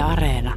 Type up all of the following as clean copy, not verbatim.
Areena.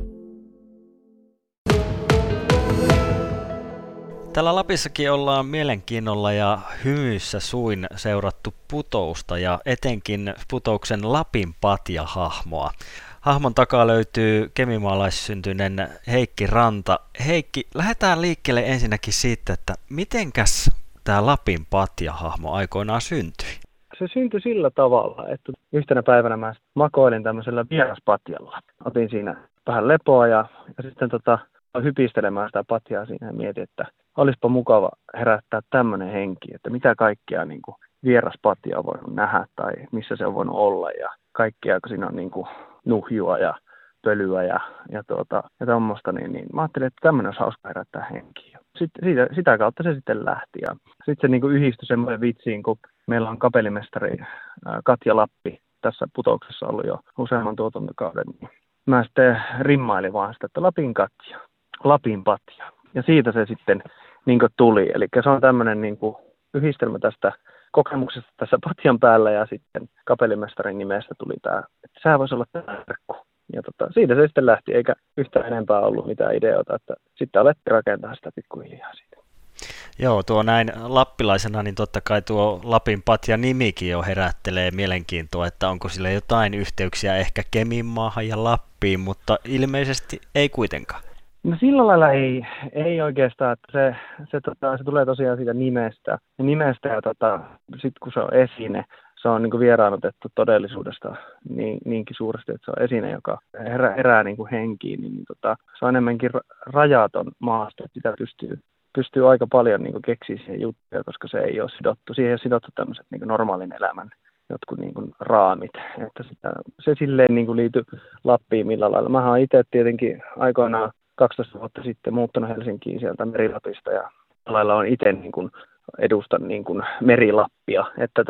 Täällä Lapissakin ollaan mielenkiinnolla ja hymyissä suin seurattu Putousta ja etenkin Putouksen Lapin Patja-hahmoa. Hahmon takaa löytyy kemimaalaissyntyinen Heikki Ranta. Heikki, lähdetään liikkeelle ensinnäkin siitä, että mitenkäs tämä Lapin Patja-hahmo aikoinaan syntyi? Se syntyi sillä tavalla, että yhtenä päivänä mä makoilin tämmöisellä vieraspatjalla. Otin siinä vähän lepoa ja sitten hypistelemään sitä patjaa siinä ja mietin, että olisipa mukava herättää tämmöinen henki, että mitä kaikkea niin kuin vieraspatja on voinut nähdä tai missä se on voinut olla ja kaikkea, kun siinä on niin kuin nuhjua ja pölyä ja tommoista, niin mä ajattelin, että tämmöinen olisi hauska herättää henkiä. Sitten sitä kautta se sitten lähti ja sitten se niin kuin yhdistyi semmoinen vitsiin, kun meillä on kapellimestari Katja Lappi tässä Putouksessa ollut jo useamman tuotantokauden. Mä sitten rimmailin vaan sitä, että Lapin Katja, Lapin Patja. Ja siitä se sitten niin kuin tuli. Eli se on tämmöinen niin kuin yhdistelmä tästä kokemuksesta tässä patjan päällä ja sitten kapellimestarin nimestä tuli tämä, että sehän voisi olla tärkku. Ja siitä se sitten lähti, eikä yhtään enempää ollut mitään ideoita, että sitten alettiin rakentaa sitä pikkuhiljaa siitä. Joo, tuo näin lappilaisena, niin totta kai tuo Lapin Patja-nimikin jo herättelee mielenkiintoa, että onko sillä jotain yhteyksiä ehkä Keminmaahan ja Lappiin, mutta ilmeisesti ei kuitenkaan. No sillä lailla ei oikeastaan, että se tulee tosiaan siitä nimestä ja sitten kun se on esine, se on niin kuin vieraannutettu todellisuudesta niinkin suuresti, että se on esine, joka herää niin kuin henkiin, niin se on enemmänkin rajaton maasto, että sitä pystyy aika paljon niin kuin keksiä siihen juttuja, koska se ei ole sidottu. Siihen ei ole sidottu tämmöiset niin kuin normaalin elämän jotkut niin kuin raamit. Että se silleen niin kuin liity Lappiin millä lailla. Mähän olen itse tietenkin aikoinaan 12 vuotta sitten muuttanut Helsinkiin sieltä Merilapista ja lailla on itse niin kuin edustan niin kuin Merilappia. Että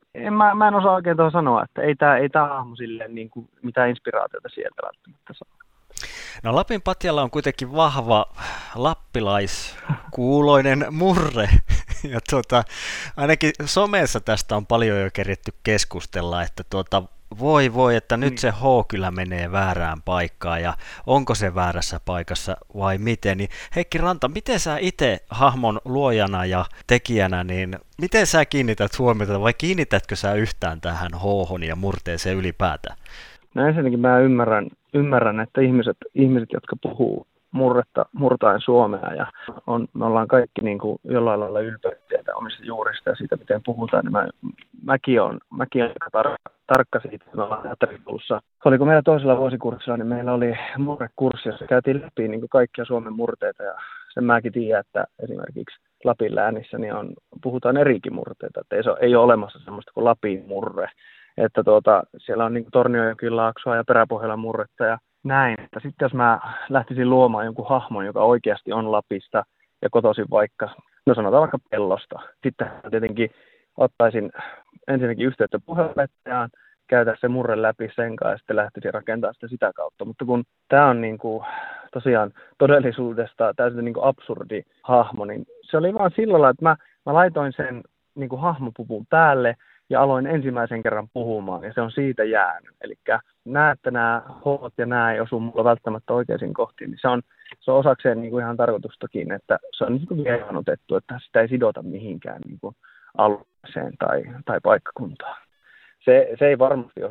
mä en osaa oikein tuohon sanoa, että ei tämä hahmo silleen niin kuin mitään inspiraatiota sieltä välttämättä saa. No Lapin Patjalla on kuitenkin vahva lappilaiskuuloinen murre, ja ainakin somessa tästä on paljon jo keritty keskustella, että voi, että nyt se H kyllä menee väärään paikkaan, ja onko se väärässä paikassa vai miten, niin Heikki Ranta, miten sä itse hahmon luojana ja tekijänä, niin miten sä kiinnität huomiota, vai kiinnitätkö sä yhtään tähän H-hon ja murteeseen ylipäätään? No ensinnäkin mä ymmärrän, että ihmiset, jotka puhuu murtaen suomea ja me ollaan kaikki niin kuin jollain lailla ylpeitä omista juurista ja siitä, miten puhutaan, niin mäkin olen tarkka siitä, että me ollaan teatterikoulussa. Oliko meillä toisella vuosikurssilla, niin meillä oli murrekurssi, jossa käytiin läpi niin kuin kaikkia Suomen murteita ja sen mäkin tiedän, että esimerkiksi Lapin läänissä niin puhutaan erikin murteita, että ei ole olemassa semmoista kuin Lapin murre. Että siellä on niin kuin Tornionjoki laaksoa ja Peräpohjolan murretta ja näin. Että sitten jos mä lähtisin luomaan jonkun hahmon, joka oikeasti on Lapista ja kotoisin vaikka, no sanotaan vaikka Pellosta. Sitten tietenkin ottaisin ensinnäkin yhteyttä puheenjohtajaan, käytä se murre läpi sen kanssa ja sitten lähtisin rakentamaan sitä kautta. Mutta kun tämä on niin kuin tosiaan todellisuudesta täysin niin kuin absurdi hahmo, niin se oli vaan sillä lailla, että mä laitoin sen niin kuin hahmopupun päälle ja aloin ensimmäisen kerran puhumaan, ja se on siitä jäänyt. Eli että nämä H ja nämä ei osu mulla välttämättä oikeisiin kohtiin, niin se on osakseen niin kuin ihan tarkoitustakin, että se on niin kuin vieraannutettu, että sitä ei sidota mihinkään niin kuin alueeseen tai paikkakuntaan. Se ei varmasti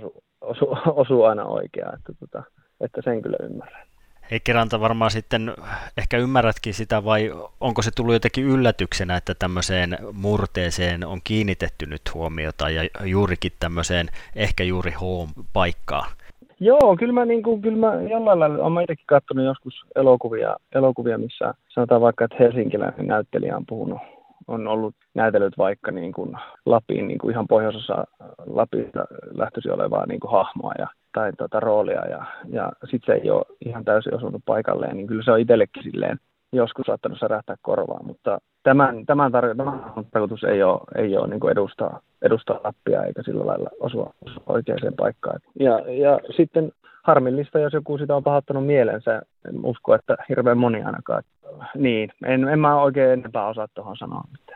osu aina oikeaan, että sen kyllä ymmärrän. Heikki Ranta, varmaan sitten ehkä ymmärrätkin sitä, vai onko se tullut jotenkin yllätyksenä, että tämmöiseen murteeseen on kiinnitetty nyt huomiota ja juurikin tämmöiseen ehkä juuri H-paikkaan? Joo, kyllä mä jollain lailla olen itsekin katsonut joskus elokuvia, missä sanotaan vaikka, että helsinkiläinen näyttelijä on puhunut. On ollut näytellyt vaikka niin kuin Lapin niin kuin ihan pohjoisessa Lapista lähtöisin olevaa niin kuin hahmoa tai roolia ja sitten se ei ole ihan täysin osunut paikalleen, niin kyllä se on itsellekin silleen joskus saattanut särähtää korvaan, mutta tämän tarkoitus ei ole niin kuin edustaa Lappia eikä sillä lailla osua oikeaan paikkaan. Ja sitten harmillista, jos joku sitä on pahoittanut mielensä, en usko, että hirveän moni ainakaan. Niin, en mä oikein enempää osaa tuohon sanoa mitään.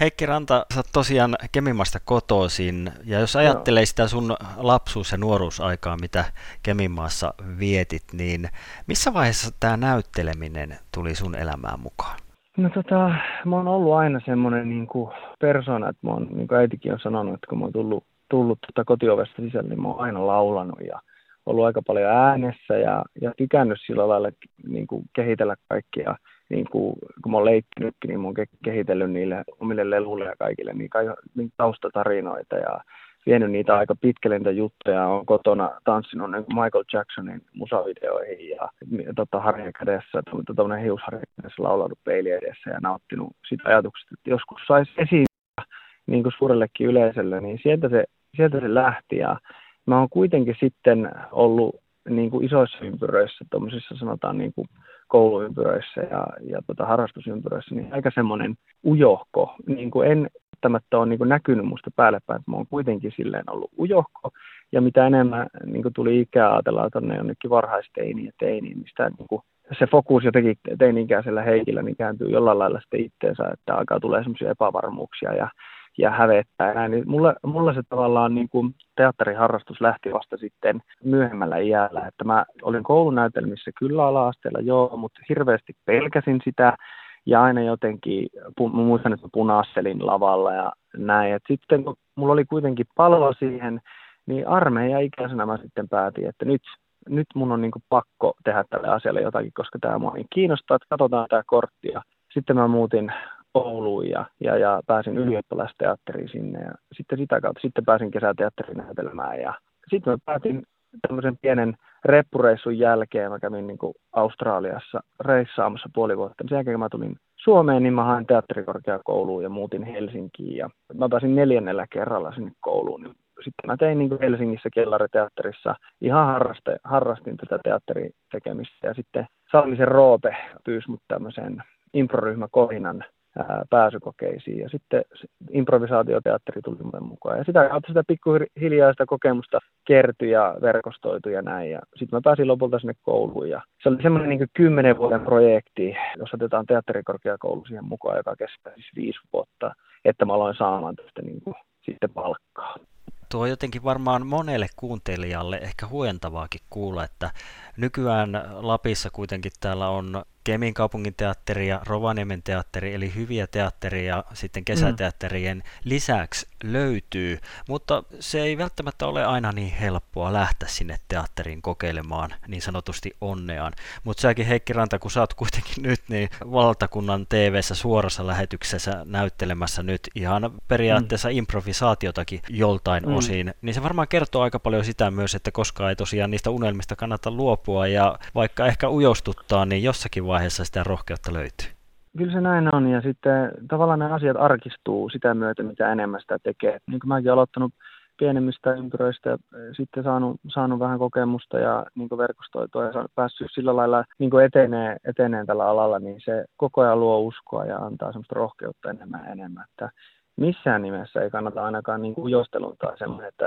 Heikki Ranta, sä oot tosiaan Keminmaasta kotoisin, ja jos ajattelee sitä sun lapsuus- ja nuoruusaikaa, mitä Keminmaassa vietit, niin missä vaiheessa tämä näytteleminen tuli sun elämään mukaan? No mä oon ollut aina semmoinen niin kuin persona, että mä oon, niin kuin äitikin on sanonut, että kun mä oon tullut kotiovesta sisälle, niin mä oon aina laulanut ja ollut aika paljon äänessä ja tykännyt sillä lailla niin kuin kehitellä kaikkia. Niin kuin, kun mä oon leikkinytkin, niin mä oon kehitellyt niille omille leluille ja kaikille niin taustatarinoita ja vienyt niitä aika pitkälle niitä juttuja. Olen kotona tanssinut niin Michael Jacksonin musavideoihin ja harjan kädessä, tuommoinen hiusharjan kädessä laulanut peili edessä ja nauttinut siitä ajatuksesta, että joskus saisi esiintyä niin kuin suurellekin yleisölle, niin sieltä se lähti. Ja mä oon kuitenkin sitten ollut niin kuin isoissa ympyröissä, tuommoisissa sanotaan niin kuin kouluympyröissä ja harrastusympyröissä, niin aika semmoinen ujohko. Niin kuin en välttämättä ole niin kuin näkynyt musta päällepäin, että mä oon kuitenkin silleen ollut ujohko. Ja mitä enemmän niin kuin tuli ikää, ajatellaan tuonne jonnekin varhaisteiniin ja teiniin, niin sitä, niin kuin, se fokus jotenkin teini-ikäisellä Heikillä niin kääntyy jollain lailla sitten itteensä, että alkaa tulee semmoisia epävarmuuksia ja hävettää ja näin. Niin mulla se tavallaan niin kuin teatteriharrastus lähti vasta sitten myöhemmällä iällä, että mä olin koulunäytelmissä kyllä ala-asteella joo, mutta hirveästi pelkäsin sitä ja aina jotenkin, mä muistan, että mä punastelin lavalla ja näin. Et sitten kun mulla oli kuitenkin palo siihen, niin armeija-ikäisenä mä sitten päätin, että nyt mun on niin kuin pakko tehdä tälle asialle jotakin, koska tämä mua niin kiinnostaa, että katsotaan tämä kortti. Ja sitten mä muutin Ouluun ja pääsin ylioppilasteatteriin sinne ja sitten sitä kautta sitten pääsin kesäteatterinäytelmään ja sitten mä päätin tämmöisen pienen reppureissun jälkeen, mä kävin niin kuin Australiassa reissaamassa puoli vuotta. Sen jälkeen kun mä tulin Suomeen, niin mä hain teatterikorkeakouluun ja muutin Helsinkiin ja mä pääsin 4. kerralla sinne kouluun. Sitten mä tein niin kuin Helsingissä kellariteatterissa, ihan harrastin tätä teatterin tekemistä ja sitten Sallisen Roope pyysi mut tämmöiseen improryhmä Kohinan pääsykokeisiin ja sitten improvisaatioteatteri tuli mulle mukaan ja sitä kautta sitä pikkuhiljaa sitä kokemusta kertyi ja verkostoitui ja näin ja sitten mä pääsin lopulta sinne kouluun ja se oli semmoinen niin kuin 10 vuoden projekti, jos otetaan teatterikorkeakoulu siihen mukaan, joka kestää siis 5 vuotta, että mä aloin saamaan tästä niin kuin sitten palkkaa. Tuo on jotenkin varmaan monelle kuuntelijalle ehkä huojentavaakin kuulla, että nykyään Lapissa kuitenkin täällä on Kemin kaupungin teatteri ja Rovaniemen teatteri, eli hyviä teatteria sitten kesäteatterien lisäksi löytyy, mutta se ei välttämättä ole aina niin helppoa lähteä sinne teatteriin kokeilemaan niin sanotusti onneaan. Mutta säkin Heikki Ranta, kun sä oot kuitenkin nyt niin valtakunnan TV:ssä suorassa lähetyksessä näyttelemässä nyt ihan periaatteessa improvisaatiotakin joltain osin, niin se varmaan kertoo aika paljon sitä myös, että koskaan ei tosiaan niistä unelmista kannata luopua ja vaikka ehkä ujostuttaa, niin jossakin vaiheessa sitä rohkeutta löytyy. Kyllä se näin on ja sitten tavallaan nämä asiat arkistuu sitä myötä, mitä enemmän sitä tekee. Niin kuin mäkin aloittanut pienemmistä ympyröistä ja sitten saanut vähän kokemusta ja niin kuin verkostoitua ja päässyt sillä lailla niin kuin etenee tällä alalla, niin se koko ajan luo uskoa ja antaa semmoista rohkeutta enemmän ja enemmän. Että missään nimessä ei kannata ainakaan niin kuin ujostelun tai semmoinen, että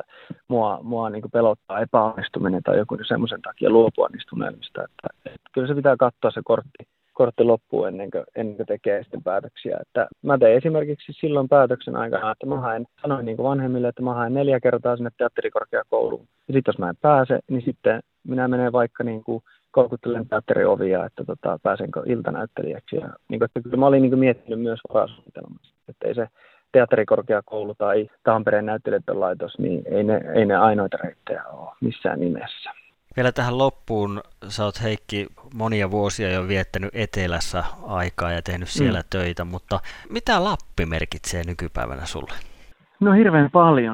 mua niin kuin pelottaa epäonnistuminen tai joku semmoisen takia luopua niistä unelmista. Että kyllä se pitää katsoa se kortti loppuun ennen kuin tekee sitten päätöksiä. Että mä tein esimerkiksi silloin päätöksen aikana, että sanoin niin kuin vanhemmille, että mä haen 4 kertaa sinne teatterikorkeakouluun. Ja sitten jos mä en pääse, niin sitten minä menen vaikka niin kuin kolkuttelen teatteriovia, että pääsenkö iltanäyttelijäksi. Ja niin kuin, että kyllä mä olin niin kuin miettinyt myös varasuunnitelmassa, että ei se teatterikorkeakoulu tai Tampereen näyttelijöiden laitos, niin ei ne ainoita reittejä ole missään nimessä. Vielä tähän loppuun, sä oot Heikki monia vuosia jo viettänyt Etelässä aikaa ja tehnyt siellä töitä, mutta mitä Lappi merkitsee nykypäivänä sulle? No hirveän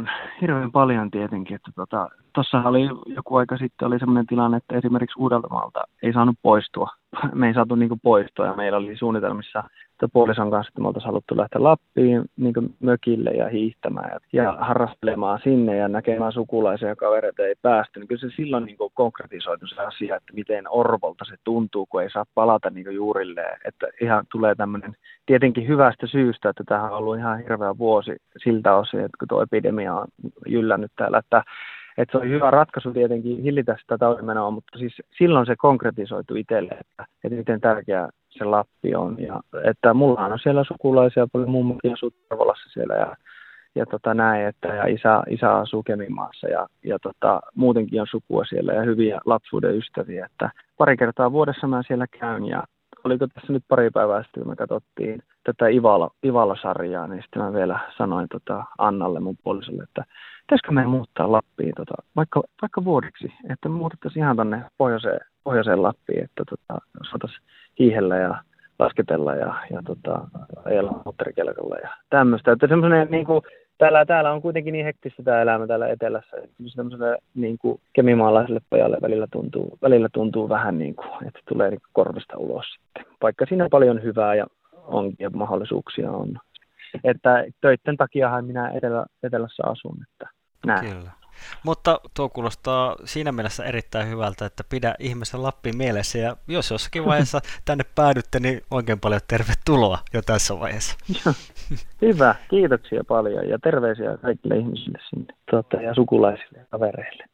paljon tietenkin. Tuossa oli joku aika sitten oli sellainen tilanne, että esimerkiksi Uudeltamaalta ei saanut poistua. Me ei saatu niin poistua ja meillä oli suunnitelmissa puolison kanssa, että me oltaisiin haluttu lähteä Lappiin niin mökille ja hiihtämään ja harrastelemaan sinne ja näkemään sukulaisia ja kavereita ei päästy. Niin kyllä se silloin niin konkretisoitu se asia, että miten orvolta se tuntuu, kun ei saa palata niin juurilleen. Että ihan tulee tämmöinen tietenkin hyvästä syystä, että tämähän on ollut ihan hirveä vuosi siltä osin, että kun tuo epidemia on jyllännyt täällä, että että se oli hyvä ratkaisu tietenkin hillitä sitä taudinmenoa, mutta siis silloin se konkretisoitu itselle, että miten tärkeä se Lappi on. Ja että mullahan on siellä sukulaisia, paljon mummokin asuu Tervolassa siellä näin, että ja isä asuu Keminmaassa ja muutenkin on sukua siellä ja hyviä lapsuuden ystäviä, että pari kertaa vuodessa mä siellä käyn ja oliko tässä nyt pari päivää sitten, kun me katsottiin tätä Ivala-sarjaa, niin sitten mä vielä sanoin Annalle, mun puolisolle, että pitäisikö me muuttaa Lappiin vaikka vuodeksi, että me muutettaisiin ihan tonne pohjoiseen Lappiin, että saataisiin hiihellä ja lasketella ja ajella moottorikelkalla ja tämmöistä. Että semmoinen niinku täällä on kuitenkin niin hektistä tämä elämä täällä etelässä, että semmoiselle niinku kemimaalaiselle pojalle välillä tuntuu vähän niin kuin, että tulee niinku korvista ulos sitten. Vaikka siinä on paljon hyvää ja onkin ja mahdollisuuksia on. Että töitten takiahan minä etelässä asun, että näin. Kyllä. Mutta tuo kuulostaa siinä mielessä erittäin hyvältä, että pidä ihmisen Lappi mielessä ja jos jossakin vaiheessa tänne päädytte, niin oikein paljon tervetuloa jo tässä vaiheessa. Hyvä, kiitoksia paljon ja terveisiä kaikille ihmisille sinne ja sukulaisille ja kavereille.